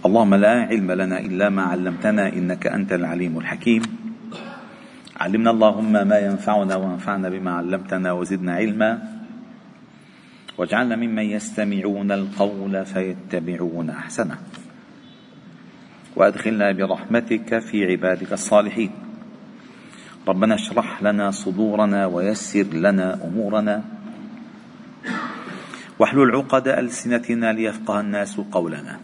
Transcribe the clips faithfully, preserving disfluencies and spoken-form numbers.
اللهم لا علم لنا إلا ما علمتنا إنك أنت العليم الحكيم. علمنا اللهم ما ينفعنا وانفعنا بما علمتنا وزدنا علما، واجعلنا ممن يستمعون القول فيتبعون أحسنه، وأدخلنا برحمتك في عبادك الصالحين. ربنا اشرح لنا صدورنا ويسر لنا أمورنا، واحلل عقد ألسنتنا ليفقه الناس قولنا.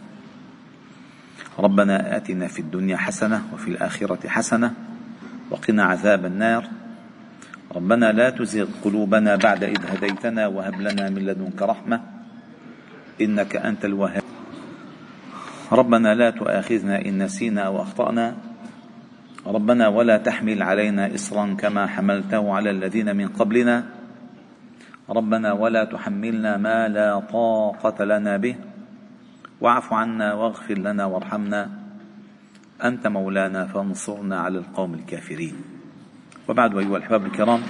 ربنا آتنا في الدنيا حسنة وفي الآخرة حسنة وقنا عذاب النار. ربنا لا تزغ قلوبنا بعد إذ هديتنا وهب لنا من لدنك رحمة إنك أنت الوهاب. ربنا لا تؤاخذنا إن نسينا أو أخطأنا. ربنا ولا تحمل علينا إصرا كما حملته على الذين من قبلنا. ربنا ولا تحملنا ما لا طاقة لنا به، واعف عنا واغفر لنا وارحمنا، أنت مولانا فانصرنا على القوم الكافرين. وبعد، أيها الأحباب الكرام،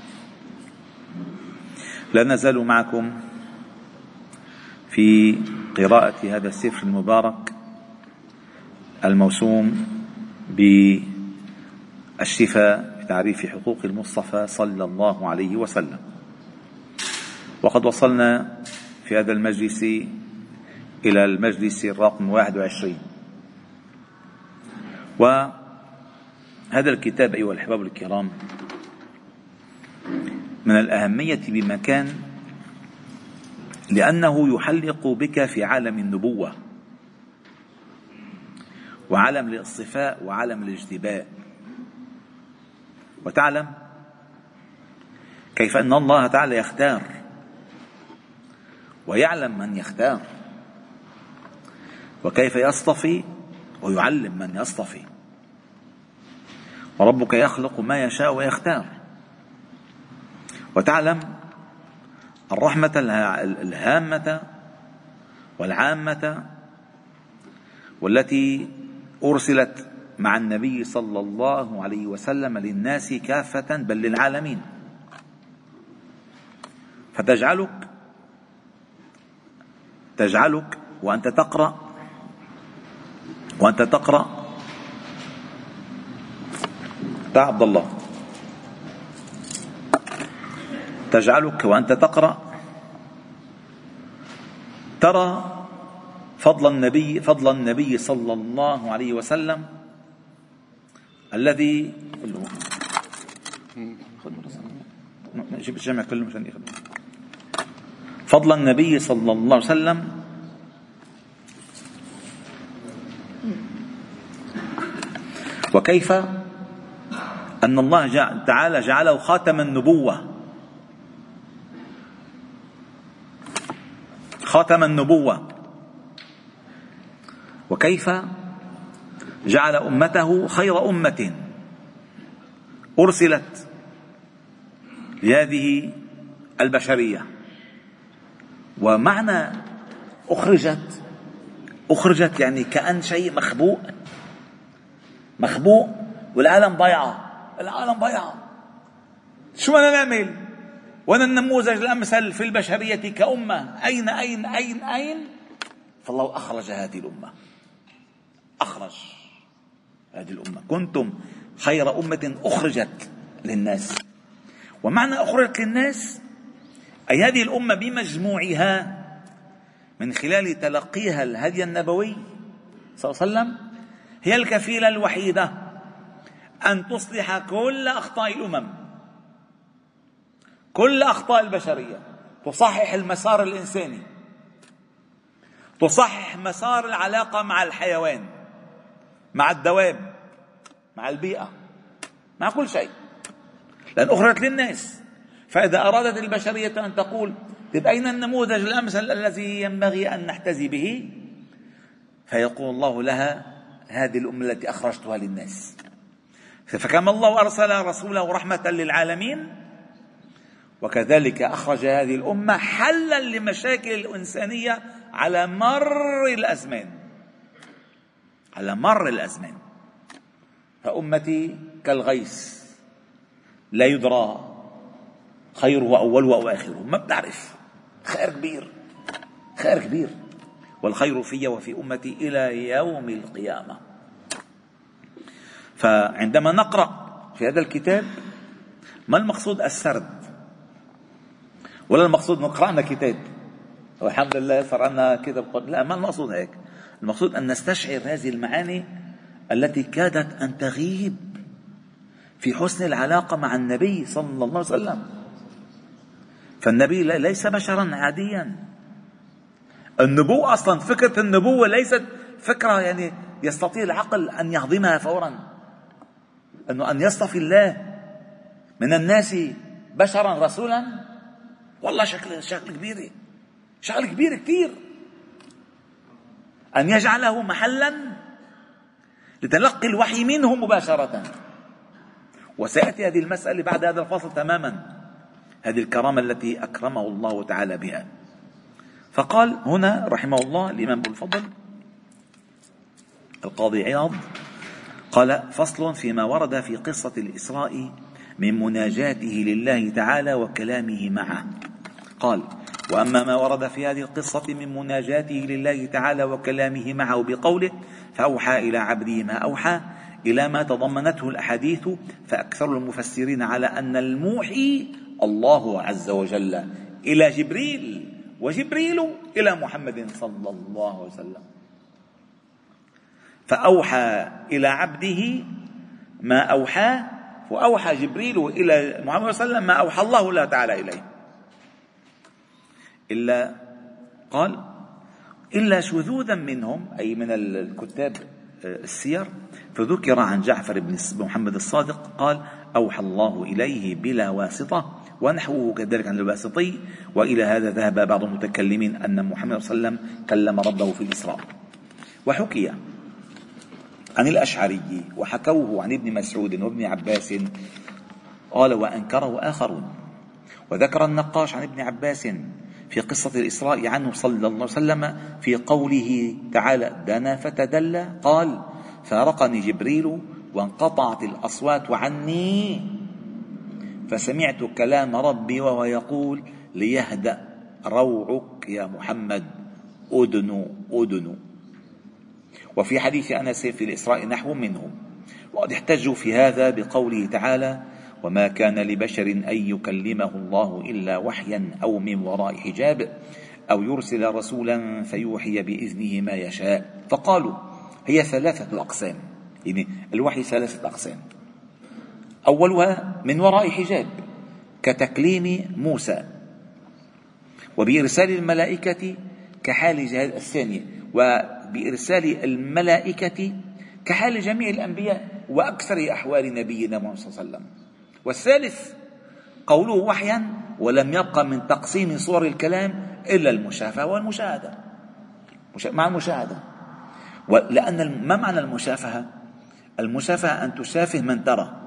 لا نزال معكم في قراءة هذا السفر المبارك الموسوم بالشفاء بتعريف حقوق المصطفى صلى الله عليه وسلم. وقد وصلنا في هذا المجلس إلى المجلس الرقم واحد وعشرين. وهذا الكتاب أيها الأحباب الكرام من الأهمية بمكان، لأنه يحلق بك في عالم النبوة وعالم الاصطفاء وعالم الاجتباء، وتعلم كيف أن الله تعالى يختار ويعلم من يختار، وكيف يصطفي ويعلم من يصطفي. وربك يخلق ما يشاء ويختار. وتعلم الرحمة الهامة والعامة والتي أرسلت مع النبي صلى الله عليه وسلم للناس كافة بل للعالمين، فتجعلك تجعلك وأنت تقرأ وأنت تقرأ تعال عبد الله تجعلك وأنت تقرأ ترى فضل النبي فضل النبي صلى الله عليه وسلم الذي جيب الجامع كله مشان ياخذ فضل النبي صلى الله عليه وسلم وكيف أن الله تعالى جعله خاتم النبوة خاتم النبوة وكيف جعل أمته خير أمة أرسلت لهذه البشرية. ومعنى أخرجت أخرجت يعني كأن شيء مخبوء مخبوء والعالم ضيعة العالم ضيعة. شو بدنا نعمل وانا النموذج الأمثل في البشرية كأمة؟ أين أين أين أين فالله أخرج هذه الأمة أخرج هذه الأمة. كنتم خير أمة أخرجت للناس. ومعنى أخرجت للناس أي هذه الأمة بمجموعها من خلال تلقيها الهدي النبوي صلى الله عليه وسلم هي الكفيلة الوحيدة أن تصلح كل أخطاء الأمم، كل أخطاء البشرية، تصحح المسار الإنساني، تصحح مسار العلاقة مع الحيوان، مع الدواب، مع البيئة، مع كل شيء، لأن أخرجت للناس. فإذا أرادت البشرية أن تقول أين النموذج الأمثل الذي ينبغي أن نحتذي به، فيقول الله لها هذه الأمة التي أخرجتها للناس. فكما الله أرسل رسوله رحمة للعالمين، وكذلك أخرج هذه الأمة حلا لمشاكل الإنسانية على مر الأزمان على مر الأزمان. فأمتي كالغيث لا يدرى خيره أوله أو آخره، ما بتعرف. خير كبير خير كبير والخير في وفي أمتي إلى يوم القيامة. فعندما نقرأ في هذا الكتاب ما المقصود السرد، ولا المقصود نقرأنا كتاب والحمد لله صار عنا كتاب، لا، ما المقصود هيك. المقصود أن نستشعر هذه المعاني التي كادت أن تغيب في حسن العلاقة مع النبي صلى الله عليه وسلم. فالنبي ليس بشرا عاديا. النبوة أصلا، فكرة النبوة ليست فكرة يعني يستطيع العقل أن يهضمها فورا، أنه أن يصطفي الله من الناس بشرا رسولا، والله شكل شكل كبير، شغل كبير كثير. أن يجعله محلا لتلقي الوحي منه مباشرة. وسيأتي هذه المسألة بعد هذا الفصل تماما، هذه الكرامة التي أكرمه الله تعالى بها. فقال هنا رحمه الله الإمام أبو الفضل القاضي عياض، قال: فصل فيما ورد في قصة الإسراء من مناجاته لله تعالى وكلامه معه. قال: وأما ما ورد في هذه القصة من مناجاته لله تعالى وكلامه معه بقوله: فأوحى إلى عبده ما أوحى، إلى ما تضمنته الأحاديث، فأكثر المفسرين على أن الموحي الله عز وجل إلى جبريل، وجبريل إلى محمد صلى الله عليه وسلم. فأوحى إلى عبده ما أوحى، وأوحى جبريل إلى محمد صلى الله عليه وسلم ما أوحى الله له تعالى إليه. إلا قال إلا شذوذا منهم، أي من الكتاب السير، فذكر عن جعفر بن محمد الصادق قال: أوحى الله إليه بلا واسطة، ونحوه كذلك عن الواسطي. وإلى هذا ذهب بعض المتكلمين أن محمد صلى الله عليه وسلم كلم ربه في الإسراء. وحكي عن الأشعري وحكوه عن ابن مسعود وابن عباس قال: وأنكره آخرون. وذكر النقاش عن ابن عباس في قصة الإسراء عنه صلى الله عليه وسلم في قوله تعالى: دنا فتدلى، قال: فارقني جبريل وانقطعت الأصوات عني، فسمعت كلام ربي وهو يقول: ليهدأ روعك يا محمد، أدنو أدنو. وفي حديث أنس في الإسراء نحو منه. وقد احتجوا في هذا بقوله تعالى: وما كان لبشر أن يكلمه الله إلا وحيا أو من وراء حجاب أو يرسل رسولا فيوحي بإذنه ما يشاء. فقالوا هي ثلاثة أقسام، يعني الوحي ثلاثة أقسام. أولها من وراء حجاب كتكليم موسى، وبإرسال الملائكة كحال جهاد الثانية، وبإرسال الملائكة كحال جميع الأنبياء وأكثر أحوال نبينا محمد صلى الله عليه وسلم. والثالث قوله وحيا، ولم يبقى من تقسيم صور الكلام إلا المشافهة والمشاهدة، مع المشاهدة. لأن ما معنى المشافهة؟ المشافهة أن تشافه من ترى،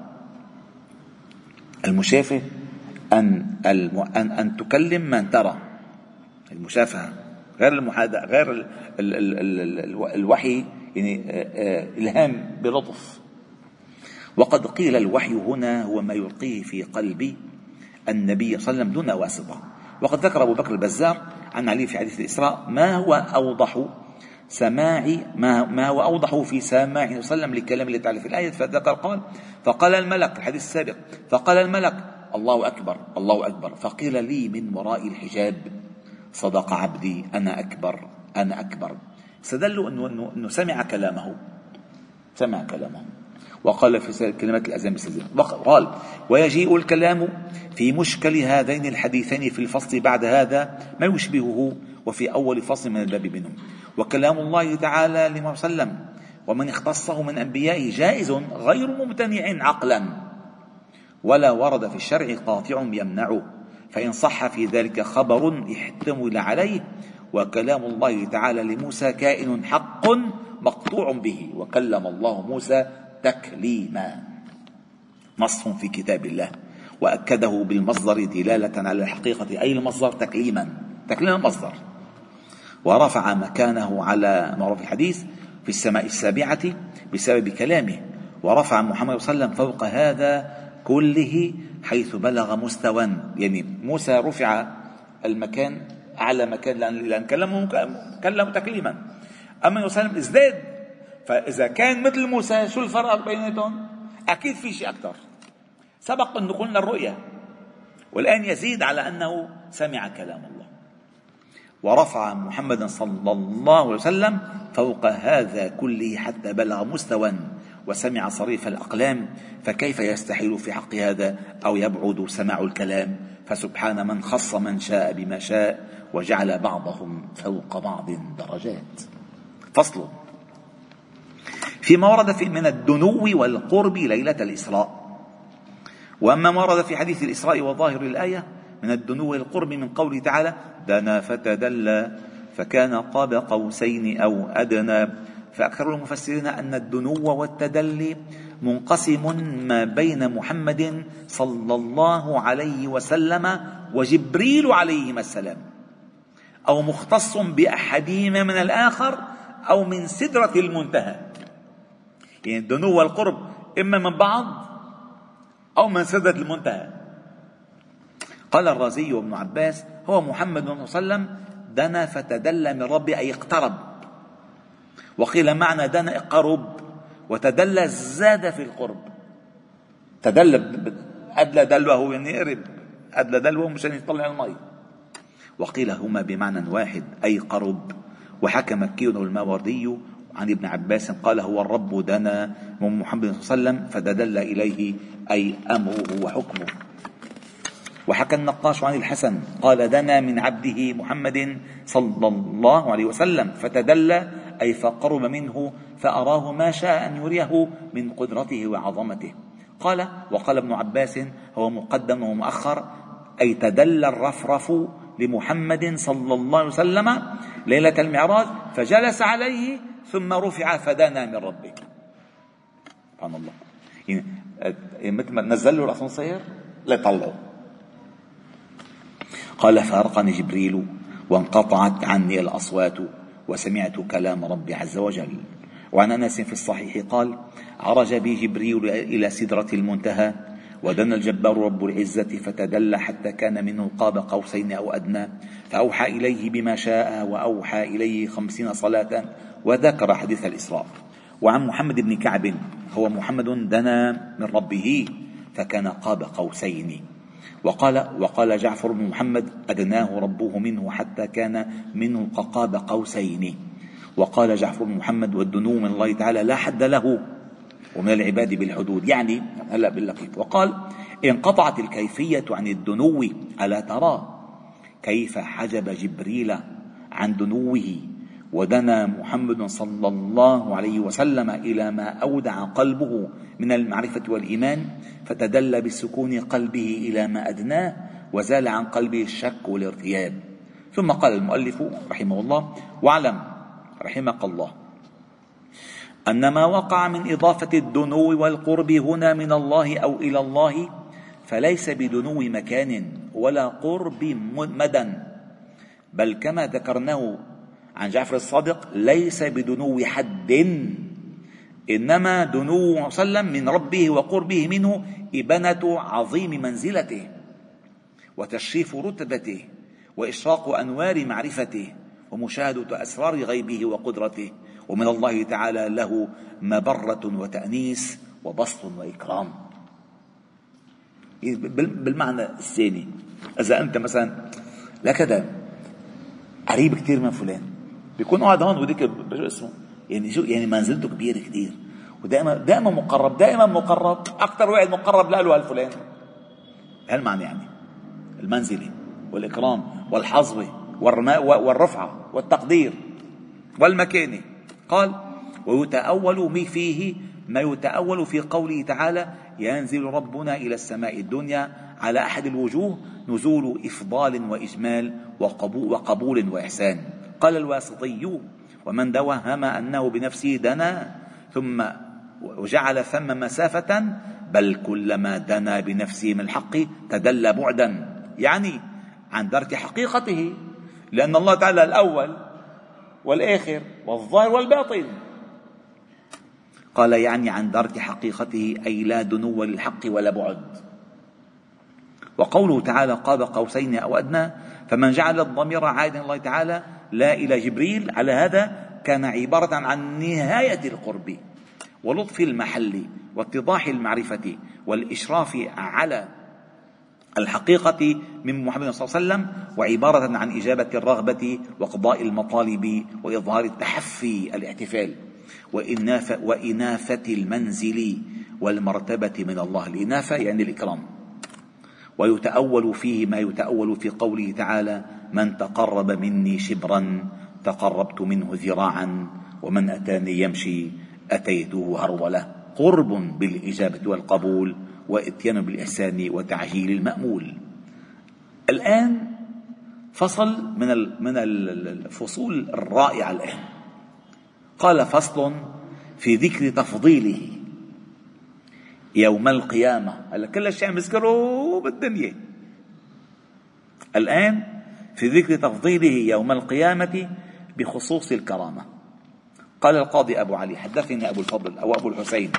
المشافه أن, أن, أن تكلم من ترى. المشافهة غير المحادة، غير ال ال ال ال الوحي، يعني إلهام بلطف. وقد قيل الوحي هنا هو ما يلقيه في قلب النبي صلى الله عليه وسلم دون واسطة. وقد ذكر أبو بكر البزار عن علي في حديث الإسراء ما هو أوضح سماع ما, ما هو أوضح في سماعه صلى الله عليه وسلم لكلام الله تعالى في الآية. فذكر قال: فقال الملك، الحديث السابق، فقال الملك: الله أكبر الله أكبر. فقيل لي من وراء الحجاب: صدق عبدي، أنا أكبر أنا أكبر. استدلوا أنه, أنه, أنه سمع كلامه سمع كلامه وقال في كلمات الأذان بالسجن. قال: ويجيء الكلام في مشكل هذين الحديثين في الفصل بعد هذا ما يشبهه، وفي أول فصل من الباب منهم. وكلام الله تعالى لما وسلم ومن اختصه من أنبيائه جائز غير ممتنع عقلا، ولا ورد في الشرع قاطع يمنعه، فإن صح في ذلك خبر احتمل عليه. وكلام الله تعالى لموسى كائن حق مقطوع به، وكلم الله موسى تكليما، نص في كتاب الله، وأكده بالمصدر دلالة على الحقيقة، أي المصدر تكليما، تكليما مصدر. ورفع مكانه على معروف الحديث في السماء السابعة بسبب كلامه، ورفع محمد صلى الله عليه وسلم فوق هذا كله حيث بلغ مستوى، يعني موسى رفع المكان أعلى مكان لأن كلامه كلم تكليما. أما وسلم ازداد، فإذا كان مثل موسى شو الفرق بيناتهم؟ أكيد في شيء أكثر. سبق أن قلنا الرؤية، والآن يزيد على أنه سمع كلام الله. ورفع محمدا صلى الله عليه وسلم فوق هذا كله حتى بلغ مستوى وسمع صريف الأقلام، فكيف يستحيل في حق هذا أو يبعد سماع الكلام؟ فسبحان من خص من شاء بما شاء وجعل بعضهم فوق بعض درجات. فصل فيما ورد في من الدنو والقرب ليلة الإسراء. وأما ما ورد في حديث الإسراء وظاهر الآية من الدنو والقرب من قوله تعالى دنا فتدلى فكان قاب قوسين أو أدنى، فأكثر المفسرين أن الدنو والتدلي منقسم ما بين محمد صلى الله عليه وسلم وجبريل عليهما السلام، أو مختص بأحدهما من الآخر، أو من سدرة المنتهى. يعني الدنو والقرب إما من بعض أو من سدرة المنتهى. قال الرازي وابن عباس هو محمد صلى الله عليه وسلم دنا فتدلى من ربه أي اقترب، وقيل معنى دنا قرب، وتدلى زاد في القرب. تدلى أدلى دلوه يعني قرب، أدلى دلوه مشان يطلع الماء. وقيل هما بمعنى واحد أي قرب. وحكى مكي والماوردي عن ابن عباس قال هو الرب دنا من محمد صلى الله عليه وسلم فتدلى إليه أي أمره وحكمه. وحكى النقاش عن الحسن قال دنا من عبده محمد صلى الله عليه وسلم فتدلى أي فقرب منه فأراه ما شاء أن يريه من قدرته وعظمته. قال وقال ابن عباس هو مقدم ومؤخر أي تدلى الرفرف لمحمد صلى الله عليه وسلم ليلة المعراج فجلس عليه ثم رفع فدنا من ربه. سبحان الله. يعني مثل ما نزل له الأسانسير لا يطلعه. قال فارقني جبريل وانقطعت عني الأصوات وسمعت كلام ربي عز وجل. وعن أنس في الصحيح قال عرج بي جبريل إلى سدرة المنتهى ودنا الجبار رب العزة فتدلى حتى كان منه قاب قوسين أو أدنى فأوحى إليه بما شاء وأوحى إليه خمسين صلاة. وذكر حديث الإسراء. وعن محمد بن كعب هو محمد دنا من ربه فكان قاب قوسين. وقال وقال جعفر بن محمد أدناه ربه منه حتى كان منه كقاب قوسين. وقال جعفر بن محمد والدنو من الله تعالى لا حد له ومن العباد بالحدود. يعني هلا باللقيط. وقال انقطعت الكيفية عن الدنو ألا ترى كيف حجب جبريل عن دنوه ودنا محمد صلى الله عليه وسلم إلى ما أودع قلبه من المعرفة والإيمان فتدلى بالسكون قلبه إلى ما أدناه وزال عن قلبه الشك والارتياب. ثم قال المؤلف رحمه الله واعلم رحمك الله أن ما وقع من إضافة الدنو والقرب هنا من الله أو إلى الله فليس بدنو مكان ولا قرب مدى، بل كما ذكرناه عن جعفر الصادق ليس بدنو حد، إنما دنو وسلم من ربه وقربه منه إبنة عظيم منزلته وتشريف رتبته وإشراق أنوار معرفته ومشاهدة أسرار غيبه وقدرته، ومن الله تعالى له مبرة وتأنيس وبسط وإكرام. بالمعنى الثاني إذا أنت مثلا لكذا قريب كتير من فلان بيكون قاعد هون وذيك اسمه يعني شو يعني منزلته كبيرة كتير ودائما دائما مقرب دائما مقرب أكثر واحد مقرب له هالفلان. هالمعنى يعني المنزلة والإكرام والحظوة والرفعة والتقدير والمكانة. قال ويتأول فيه ما يتأول في قوله تعالى ينزل ربنا إلى السماء الدنيا على أحد الوجوه نزول إفضال وإجمال وقبول وإحسان. قال الواسطي ومن توهم أنه بنفسه دنا ثم وجعل ثم مسافة بل كلما دنا بنفسه من الحق تدلى بعدا، يعني عن درك حقيقته، لأن الله تعالى الأول والآخر والظاهر والباطن. قال يعني عن درك حقيقته أي لا دنو للحق ولا بعد. وقوله تعالى قاب قوسين أو أدنى فمن جعل الضمير عائدا الله تعالى لا إلى جبريل، على هذا كان عبارة عن نهاية القرب ولطف المحل واتضاح المعرفة والإشراف على الحقيقة من محمد صلى الله عليه وسلم، وعبارة عن إجابة الرغبة وقضاء المطالب وإظهار التحفي الاحتفال وإنافة, وإنافة المنزل والمرتبة من الله. الإنافة يعني الإكرام. ويتأول فيه ما يتأول في قوله تعالى: من تقرب مني شبرا تقربت منه ذراعا ومن أتاني يمشي أتيته هرولة. قرب بالإجابة والقبول واتيان بالإحسان وتعجيل المأمول. الآن فصل من من الفصول الرائعة. الآن قال: فصل في ذكر تفضيله يوم القيامة. هلا كل شيء عم يذكره بالدنيا، الآن في ذكر تفضيله يوم القيامة بخصوص الكرامة. قال القاضي أبو علي: حدثني أبو الفضل أو أبو الحسين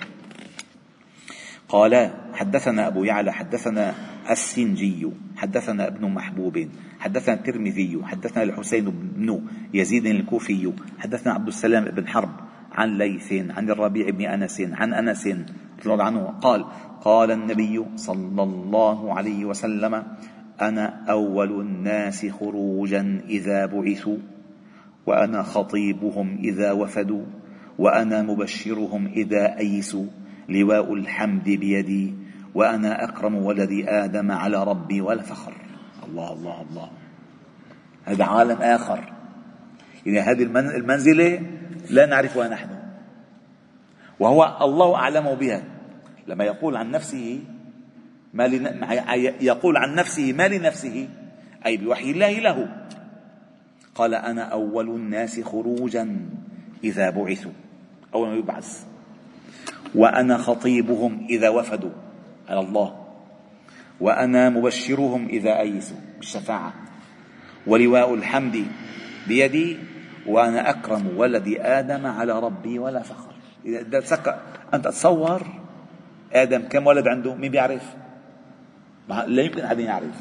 قال: حدثنا أبو يعلى حدثنا السنجي حدثنا ابن محبوب حدثنا الترمذي حدثنا الحسين بن يزيد الكوفي حدثنا عبد السلام بن حرب عن ليث عن الربيع بن أنس عن أنس رضي الله عنه قال: قال النبي صلى الله عليه وسلم: أنا أول الناس خروجا إذا بعثوا، وأنا خطيبهم إذا وفدوا، وأنا مبشرهم إذا أيسوا، لواء الحمد بيدي، وأنا أكرم ولد آدم على ربي ولا فخر. الله الله الله، هذا عالم آخر. يعني هذه المنزلة لا نعرفها نحن، وهو الله أعلم بها. لما يقول عن نفسه ما لن... يقول عن نفسه ما لنفسه، أي بوحي الله له. قال: أنا أول الناس خروجا إذا بعثوا، أول ما يبعث، وأنا خطيبهم إذا وفدوا على الله، وأنا مبشرهم إذا أيسوا بالشفاعة، ولواء الحمد بيدي، وأنا أكرم ولد آدم على ربي ولا فخر. إذا أنت تصور آدم كم ولد عنده؟ مين بيعرف؟ لا يمكن أحد يعرف،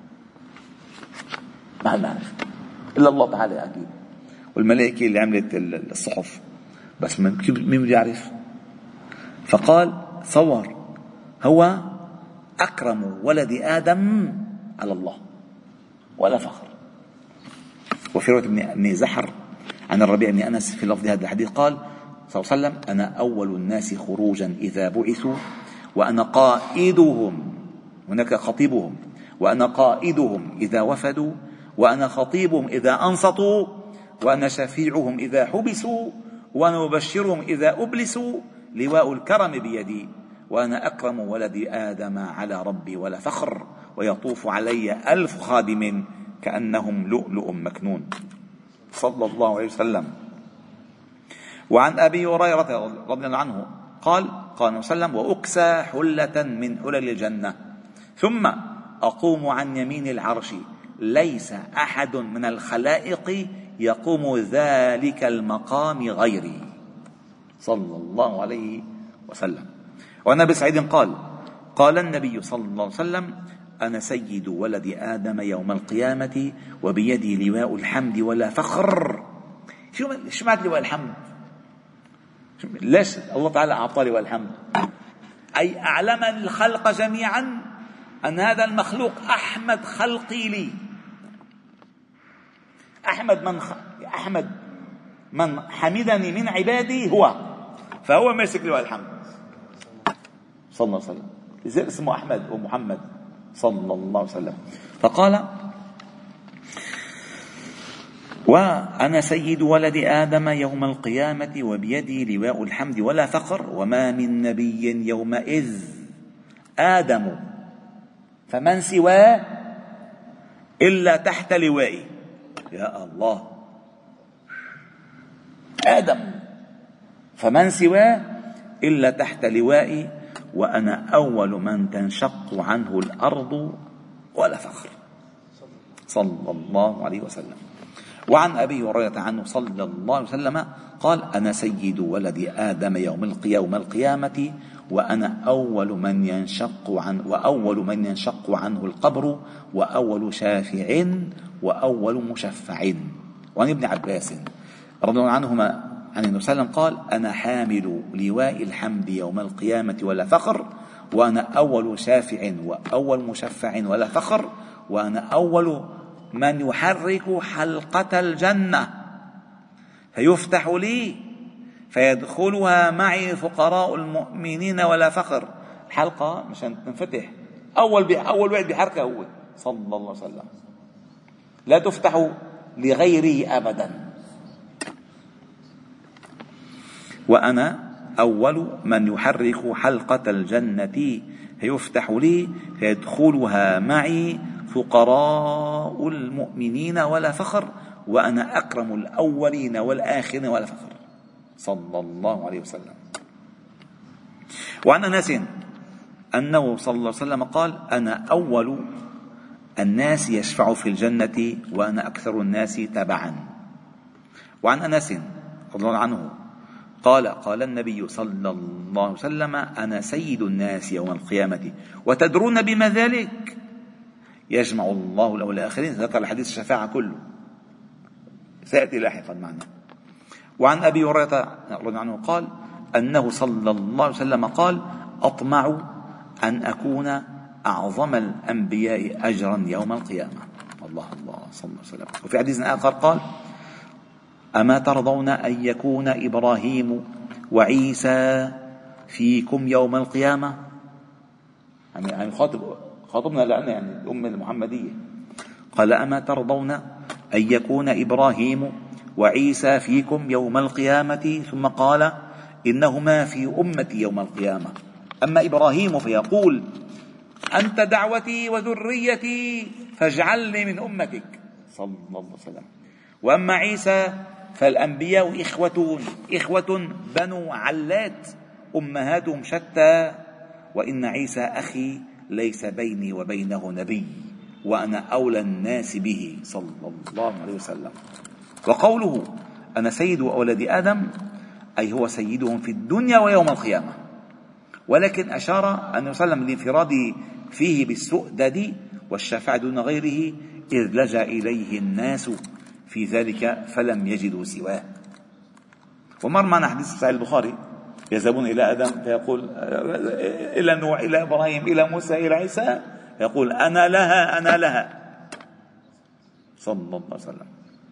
ما حد يعرف إلا الله تعالى أكيد، والملائكة اللي عملت الصحف، بس مين بيعرف؟ فقال: صور هو أكرم ولد آدم على الله ولا فخر. وفي رواية ابن زحر عن الربيع بن أنس في لفظ هذا الحديث قال صلى الله عليه وسلم: أنا أول الناس خروجا إذا بعثوا، وأنا قائدهم، هناك خطيبهم، وأنا قائدهم إذا وفدوا، وأنا خطيبهم إذا أنصتوا، وأنا شفيعهم إذا حبسوا، وأنا مبشرهم إذا أبلسوا، لواء الكرم بيدي، وأنا أكرم ولد آدم على ربي ولا فخر، ويطوف علي ألف خادم كأنهم لؤلؤ مكنون، صلى الله عليه وسلم. وعن أبي هريرة رضي الله عنه قال: قال صلى الله عليه وسلم: وأكسى حلة من حلل الجنة، ثم أقوم عن يمين العرش، ليس أحد من الخلائق يقوم ذلك المقام غيري، صلى الله عليه وسلم. وعن أبي سعيد قال: قال النبي صلى الله عليه وسلم: أنا سيد ولد آدم يوم القيامة، وبيدي لواء الحمد ولا فخر. شو معنى لواء الحمد؟ ليش الله تعالى أعطى لواء الحمد؟ أي أعلم الخلق جميعا أن هذا المخلوق أحمد خلقي لي، أحمد من خ... أحمد من حمدني من عبادي هو، فهو ماسك لواء الحمد صلى الله عليه وسلم. لذلك اسمه أحمد ومحمد صلى الله عليه وسلم. فقال: وأنا سيد ولد آدم يوم القيامة، وبيدي لواء الحمد ولا فخر، وما من نبي يومئذ آدم فمن سواه إلا تحت لوائي. يا الله، آدم فمن سواه إلا تحت لوائي، وأنا أول من تنشق عنه الأرض ولا فخر، صلى الله عليه وسلم. وعن أبي هريرة عنه صلى الله عليه وسلم قال: أنا سيد ولد آدم يوم القيامة، وأنا أول من ينشق عن وأول من ينشق عنه القبر، وأول شافع وأول مشفع. وعن ابن عباس رضي الله عنهما عن النبي صلى الله عليه وسلم قال: أنا حامل لواء الحمد يوم القيامة ولا فخر، وأنا أول شافع وأول مشفع ولا فخر، وأنا أول من يحرك حلقة الجنة فيفتح لي فيدخلها معي فقراء المؤمنين ولا فخر. الحلقة مشان تنفتح أول أول واحد بحركة هو صلى الله عليه وسلم، لا تفتح لغيره أبدا. وأنا أول من يحرك حلقة الجنة فيفتح لي فيدخلها معي فقراء المؤمنين ولا فخر، وأنا أكرم الأولين والآخرين ولا فخر صلى الله عليه وسلم. وعن أنس أنه صلى الله عليه وسلم قال: أنا أول الناس يشفع في الجنة وأنا أكثر الناس تبعا. وعن أنس رضي الله عنه قال: قال النبي صلى الله عليه وسلم: أنا سيد الناس يوم القيامة، وتدرون بما ذلك؟ يجمع الله الأول والآخرين. ذكر الحديث الشفاعة كله، سيأتي لاحقا معنا. وعن أبي هريرة رضي الله عنه قال أنه صلى الله عليه وسلم قال: أطمع أن أكون أعظم الأنبياء أجرا يوم القيامة. الله الله صلى الله عليه وسلم. وفي حديث آخر قال: أما ترضون أن يكون إبراهيم وعيسى فيكم يوم القيامة؟ يعني خاطب خاطبنا لأنه يعني الأمة المحمدية. قال: أما ترضون أن يكون إبراهيم وعيسى فيكم يوم القيامة؟ ثم قال: إنهما في أمتي يوم القيامة. أما إبراهيم فيقول: أنت دعوتي وذريتي فاجعلني من أمتك صلى الله عليه وسلم. وأما عيسى فالأنبياء إخوة إخوة بنو علات أمهاتهم شتى، وإن عيسى أخي ليس بيني وبينه نبي، وأنا أولى الناس به صلى الله عليه وسلم. وقوله: أنا سيد أولاد آدم أي هو سيدهم في الدنيا ويوم القيامة. ولكن أشار النبي صلى الله عليه وسلم لانفراد فيه بالسؤدد والشفاعة دون غيره، إذ لجأ إليه الناس في ذلك فلم يجدوا سواه. ومر معنا حديث صحيح البخاري: يذهبون إلى آدم فيقول إلى نوح إلى إبراهيم إلى موسى إلى عيسى، يقول: أنا لها أنا لها صلى الله عليه وسلم.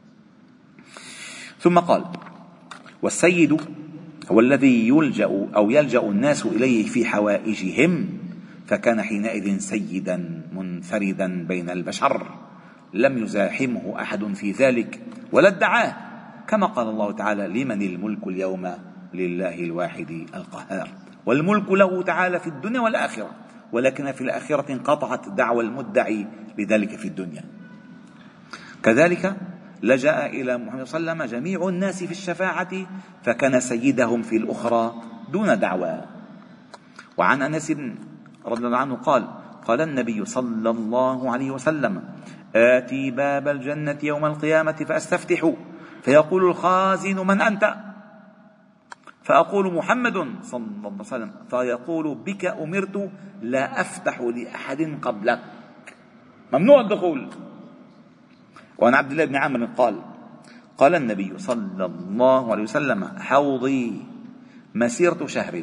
ثم قال: والسيد هو الذي يلجأ أو يلجأ الناس إليه في حوائجهم، فكان حينئذ سيدا منفردا بين البشر، لم يزاحمه أحد في ذلك ولا ادعاه، كما قال الله تعالى: لمن الملك اليوم لله الواحد القهار. والملك له تعالى في الدنيا والآخرة، ولكن في الآخرة انقطعت دعوى المدعي لذلك في الدنيا. كذلك لجأ إلى محمد صلى الله عليه وسلم جميع الناس في الشفاعة، فكان سيدهم في الأخرى دون دعوى. وعن أنس رضي الله عنه قال: قال النبي صلى الله عليه وسلم: آتي باب الجنة يوم القيامة فأستفتح، فيقول الخازن: من أنت؟ فأقول: محمد صلى الله عليه وسلم. فيقول: بك أمرت لا أفتح لأحد قبلك، ممنوع الدخول. وعن عبد الله بن عمرو قال: قال النبي صلى الله عليه وسلم: حوضي مسيرة شهر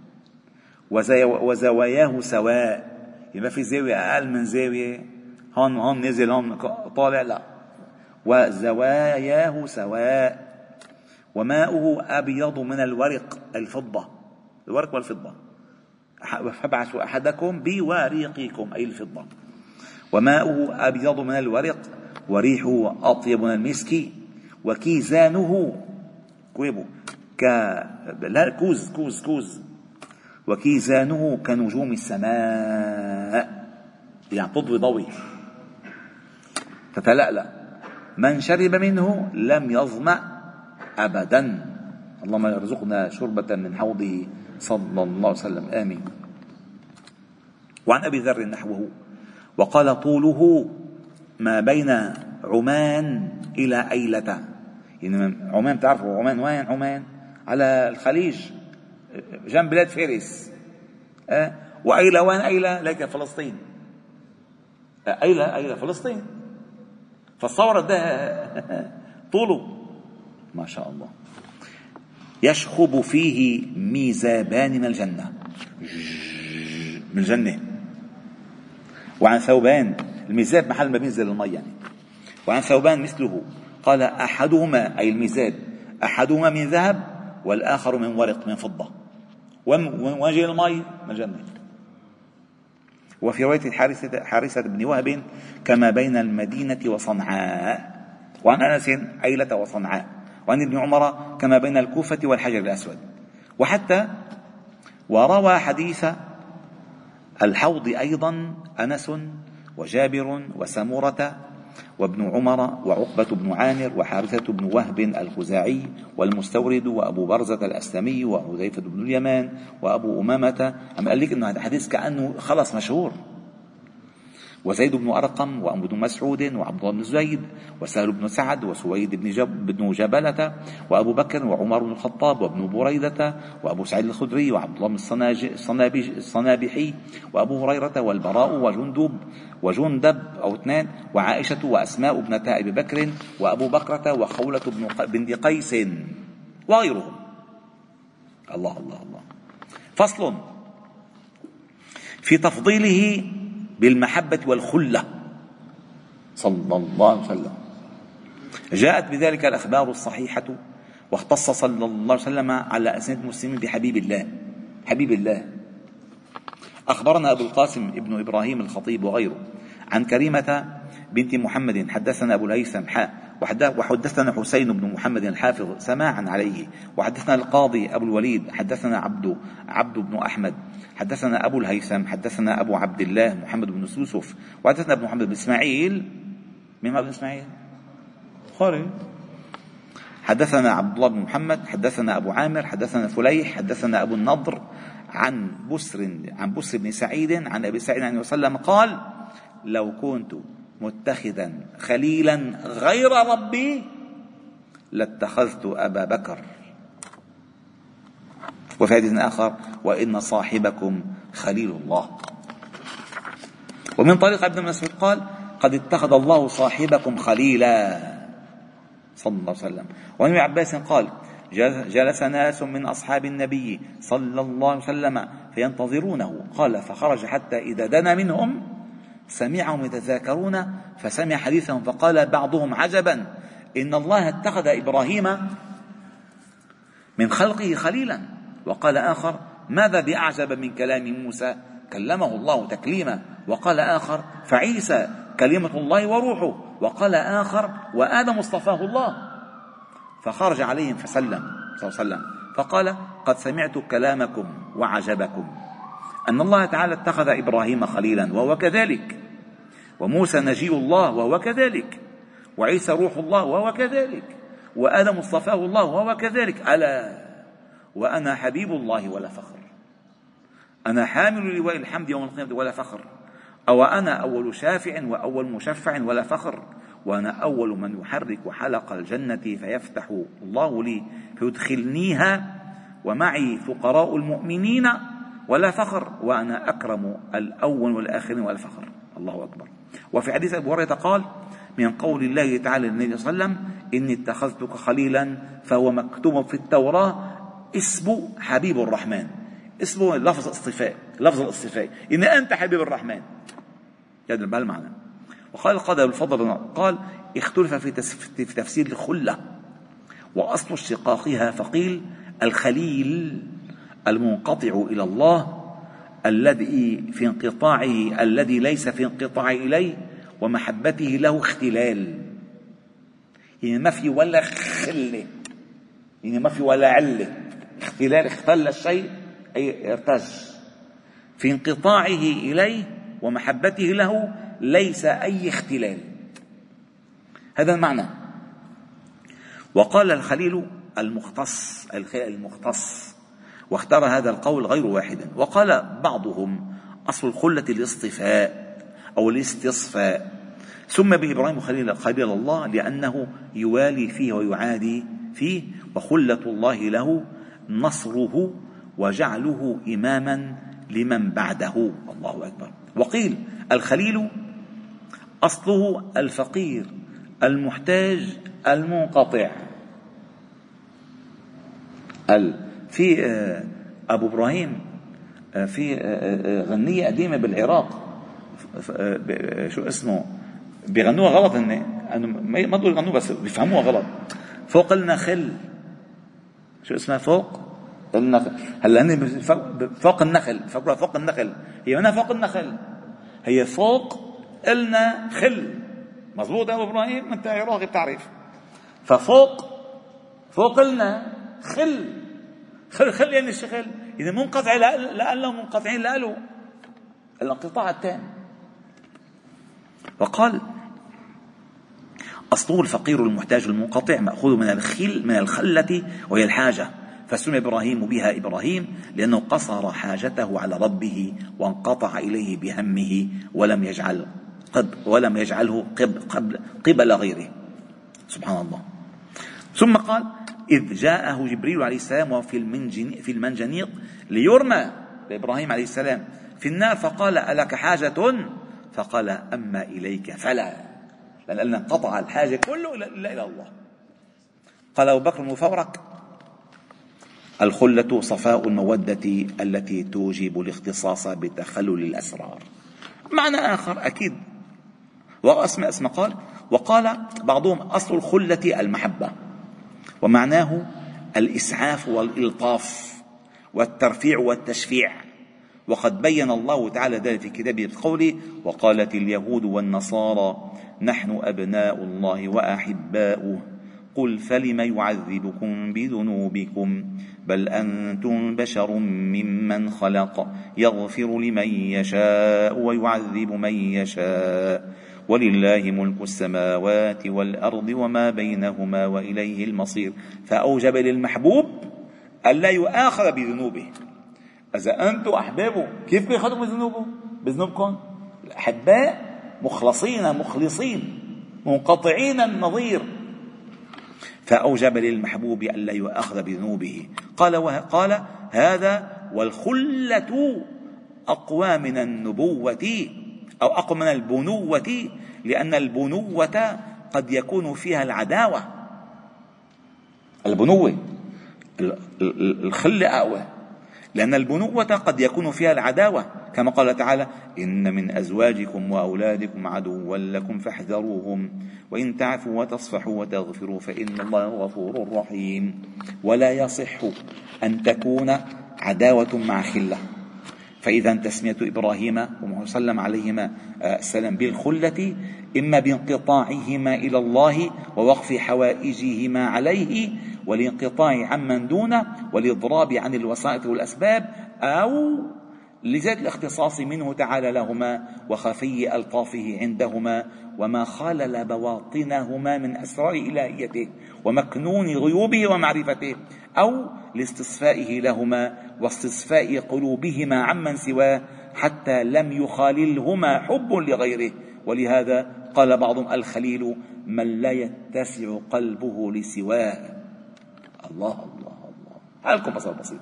وزواياه سواء. يبقى في زاوية أقل من زاوية، هون هون نزل هون طالع، لا، وزواياه سواء، وماؤه أبيض من الورق الفضة، الورق والفضة، فابعثوا أحدكم بوريقكم أي الفضة، وماؤه أبيض من الورق، وريحه أطيب من المسك، وكيزانه كويبو ك لا كوز كوز كوز وكيزانه كنجوم السماء، يعني تضوي ضوي تتلألأ، من شرب منه لم يظمأ أبدا. اللهم يرزقنا شربة من حوضه صلى الله عليه وسلم، آمين. وعن أبي ذر نحوه وقال: طوله ما بين عمان إلى أيلة. يعني عمان تعرفوا عمان وين؟ عمان على الخليج جنب بلاد فارس. أه؟ وأيلة وين؟ أيلة لك فلسطين. أيلة أيلة فلسطين. فالصورة ده طوله ما شاء الله. يشخب فيه ميزابان من الجنة، من الجنة. وعن ثوبان، الميزاب محل ما بينزل المي يعني. وعن ثوبان مثله قال أحدهما أي الميزاب أحدهما من ذهب والآخر من ورق من فضة. وجه المي من الجنة. وفي رواية حارثة, حارثة بن وهب كما بين المدينة وصنعاء. وعن أنس أيلة وصنعاء. وعن ابن عمر كما بين الكوفة والحجر الأسود. وحتى وروى حديث الحوض أيضا أنس وجابر وسمورة وابن عمر وعقبة بن عامر وحارثة بن وهب الخزاعي والمستورد وأبو برزة الأسلمي وحذيفة بن اليمان وأبو أمامة. أم قال لك أنه هذا حديث كأنه خلص مشهور. وزيد بن أرقم وأبو بن مسعود وعبد الله بن زيد وسهل بن سعد وسويد بن, جب بن جبلة وأبو بكر وعمر بن الخطاب وابن بريدة وأبو سعيد الخدري وعبد الله بن الصنابحي وأبو هريرة والبراء وجندب وجندب أو اثنان وعائشة وأسماء ابنة أبي بكر وأبو بكرة وخولة بن قيس وغيرهم. الله الله الله. فصل في تفضيله بالمحبة والخلة صلى الله عليه وسلم. جاءت بذلك الأخبار الصحيحة، واختص صلى الله عليه وسلم على ألسنة المسلمين بحبيب الله. حبيب الله. أخبرنا أبو القاسم ابن إبراهيم الخطيب وغيره عن كريمة بنت محمد حدثنا أبو الهيثم حاء وحدثنا حسين بن محمد الحافظ سماعا عليه. وحدثنا القاضي أبو الوليد حدثنا عبد عبد بن أحمد حدثنا أبو الهيثم حدثنا أبو عبد الله محمد بن يوسف وحدثنا ابن محمد بن إسماعيل. مين ابن إسماعيل؟ خارج. حدثنا عبد الله بن محمد حدثنا أبو عامر حدثنا فليح حدثنا أبو النضر عن بسر عن بسر بن سعيد عن أبي سعيد عليه وسلم قال: لو كنت متخذا خليلا غير ربي لاتخذت أبا بكر. وفي حديث آخر: وإن صاحبكم خليل الله. ومن طريق ابن مسعود قال: قد اتخذ الله صاحبكم خليلا صلى الله عليه وسلم. وعن ابن عباس قال: جلس ناس من أصحاب النبي صلى الله عليه وسلم فينتظرونه، قال: فخرج حتى إذا دنا منهم سمعهم يتذاكرون فسمع حديثهم فقال بعضهم: عجبا، إن الله اتخذ إبراهيم من خلقه خليلا. وقال آخر: ماذا بأعجب من كلام موسى كلمه الله تكليما. وقال آخر: فعيسى كلمة الله وروحه. وقال آخر: وآدم اصطفاه الله. فخرج عليهم فسلم صلى الله عليه وسلم فقال: قد سمعت كلامكم وعجبكم أن الله تعالى اتخذ إبراهيم خليلا وهو كذلك، وموسى نجي الله وهو كذلك، وعيسى روح الله وهو كذلك، وآدم اصطفاه الله وهو كذلك. ألا وأنا حبيب الله ولا فخر، أنا حامل لواء الحمد يوم القيامة ولا فخر، أو أنا أول شافع وأول مشفع ولا فخر، وأنا أول من يحرك حلق الجنة فيفتح الله لي فيدخلنيها، ومعي فقراء المؤمنين ولا فخر، وأنا أكرم الأول والآخرين ولا فخر. الله أكبر. وفي حديث أبو هريرة قال: من قول الله تعالى للنبي صلى الله عليه وسلم: إني اتخذتك خليلا، فهو مكتوب في التوراة اسم حبيب الرحمن. اسمه لفظ اصطفاء، لفظ الاصطفاء، إن أنت حبيب الرحمن. هذا بهالمعنى. وقال القاضي أبو الفضل قال: اختلف في تفسير الخلة وأصل اشتقاقها، فقيل: الخليل المنقطع إلى الله الذي في انقطاعه الذي ليس في انقطاع إليه ومحبته له اختلال، يعني ما في ولا خلة، يعني ما في ولا علة. اختلال، اختل الشيء أي ارتج. في انقطاعه إليه ومحبته له ليس أي اختلال، هذا المعنى. وقال الخليل المختص، المختص، واختار هذا القول غير واحد. وقال بعضهم: أصل الخلة الاصطفاء أو الاستصفاء، سمى بإبراهيم خليل خليل الله لأنه يوالي فيه ويعادي فيه، وخلة الله له نصره وجعله إماما لمن بعده. الله أكبر. وقيل: الخليل أصله الفقير المحتاج المنقطع. في أبو إبراهيم في غنية قديمة بالعراق شو اسمه بيغنوها غلط، هن ما تقول يغنوها بس بيفهموها غلط. فوق النخل، شو اسمها؟ فوق النخل. هلا هن فوق النخل، فوق فوق النخل، هي منها فوق النخل، هي فوق إلنا خل. مزبوط يا أبو إبراهيم؟ أنت عراقي بتعرف. ففوق فوق إلنا خل، خل خل يعني الشخل، إذا منقطع لأنه منقطعين لأله الانقطاع التام. وقال أصله الفقير المحتاج المنقطع مأخوذ من الخل من الخلة وهي الحاجة، فسمي إبراهيم بها إبراهيم لأنه قصر حاجته على ربه وانقطع إليه بهمه ولم يجعل قب ولم يجعله قب قبل قبل غيره. سبحان الله. ثم قال إذ جاءه جبريل عليه السلام وفي في المنجنيق ليرمى لإبراهيم عليه السلام في النار، فقال ألك حاجة؟ فقال أما إليك فلا، لأن انقطع الحاجة كله إلا إلى الله. قال أبو بكر المفورك الخلة صفاء المودة التي توجب الاختصاص بتخلل الأسرار. معنى آخر أكيد وأسمى أسمى قال وقال بعضهم أصل الخلة المحبة، ومعناه الإسعاف والإلطاف والترفيع والتشفيع. وقد بين الله تعالى ذلك في كتابه بقوله وقالت اليهود والنصارى نحن أبناء الله وأحباؤه قل فلم يعذبكم بذنوبكم بل أنتم بشر ممن خلق يغفر لمن يشاء ويعذب من يشاء ولله ملك السماوات والأرض وما بينهما وإليه المصير. فأوجب للمحبوب ألا يؤاخذ بذنوبه. إذا أنتم أحبابه كيف بيأخذوا بذنوبه بذنوبكم؟ الأحباء مخلصين مخلصين منقطعين النظير. فأوجب للمحبوب ألا يؤاخذ بذنوبه. قال وقال هذا والخلة أقوى من النبوة أو أقوى من البنوة، لأن البنوة قد يكون فيها العداوة. البنوة الخلة أقوى لأن البنوة قد يكون فيها العداوة، كما قال تعالى إن من أزواجكم وأولادكم عدوا لكم فاحذروهم وإن تعفوا وتصفحوا وتغفروا فإن الله غفور رحيم. ولا يصح أن تكون عداوة مع خلة. فإذا تسمية إبراهيم وسلم عليهما السلام بالخلة إما بانقطاعهما إلى الله ووقف حوائجهما عليه والانقطاع عمن دونه والإضراب عن الوسائط والأسباب، أو لذات الاختصاص منه تعالى لهما وخفي ألطافه عندهما وما خالل بواطنهما من أسرار إلهيته ومكنون غيوبه ومعرفته، أو لاستصفائه لهما واستصفاء قلوبهما عمن سواه حتى لم يخاللهما حب لغيره. ولهذا قال بعضهم الخليل من لا يتسع قلبه لسواه. الله الله الله. هلكم بصر بسيط.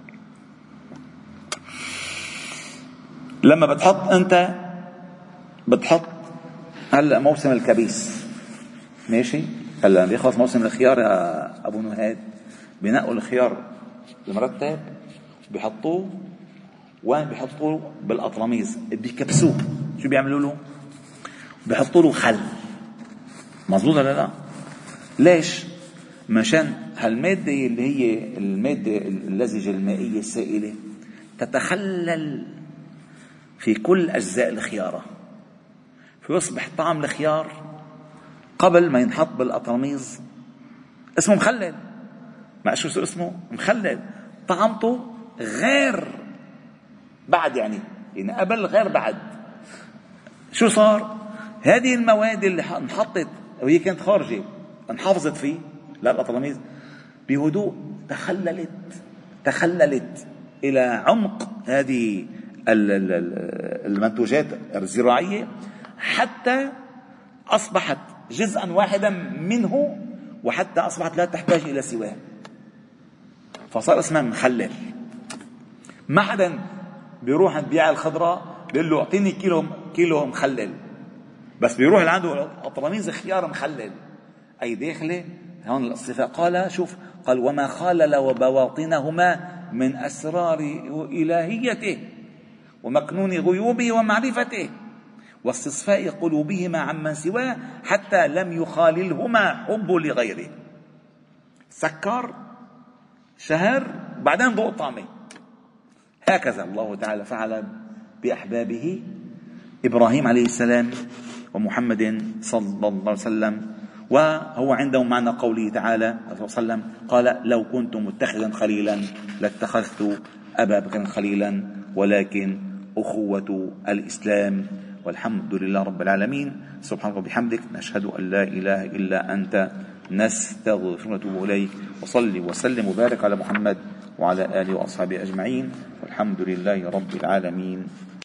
لما بتحط أنت بتحط هلأ موسم الكبيس ماشي، هلأ بيخلص موسم الخيار يا أبو نهاد، بنقوا الخيار المرتب بيحطوه وين؟ بيحطوه بالأطرميز بيكبسوه. شو بيعملوا له؟ بيحطوا له خل. مظبوط ولا لا؟ ليش؟ مشان هالمادة اللي هي المادة اللزجة المائية السائلة تتخلل في كل أجزاء الخيارة، فيصبح طعم الخيار قبل ما ينحط بالأطرميز اسمه مخلل. ما شو اسمه؟ مخلل. طعمته غير بعد، يعني يعني قبل غير بعد. شو صار؟ هذه المواد اللي انحطت وهي كانت خارجة انحافظت فيه لا الأطرميز بهدوء تخللت تخللت إلى عمق هذه المنتوجات الزراعية حتى أصبحت جزءا واحدا منه، وحتى أصبحت لا تحتاج إلى سواه، فصار اسمها مخلل. ما حدا بيروح عند بياع الخضراء بيقول له اعطيني كيلو كيلو مخلل، بس بيروح اللي عنده أطرميز خيار مخلل أي داخله. هون الصفة قال شوف قال وما خالل وبواطنهما من أسرار إلهيته ومكنون غيوبه ومعرفته واستصفاء قلوبهما عمن سواه حتى لم يخاللهما حب لغيره. سكر شهر بعدين ضوء طعمه. هكذا الله تعالى فعل بأحبابه إبراهيم عليه السلام ومحمد صلى الله عليه وسلم. وهو عندهم معنى قوله تعالى صلى الله عليه وسلم قال لو كنت متخذا خليلا لاتخذت أبا بكر خليلا ونكن أخوة الإسلام. والحمد لله رب العالمين. سبحانك وبحمدك نشهد أن لا إله إلا أنت نستغفرك ونتوب إليك. وصلي وسلم وبارك على محمد وعلى آله وأصحابه أجمعين والحمد لله رب العالمين.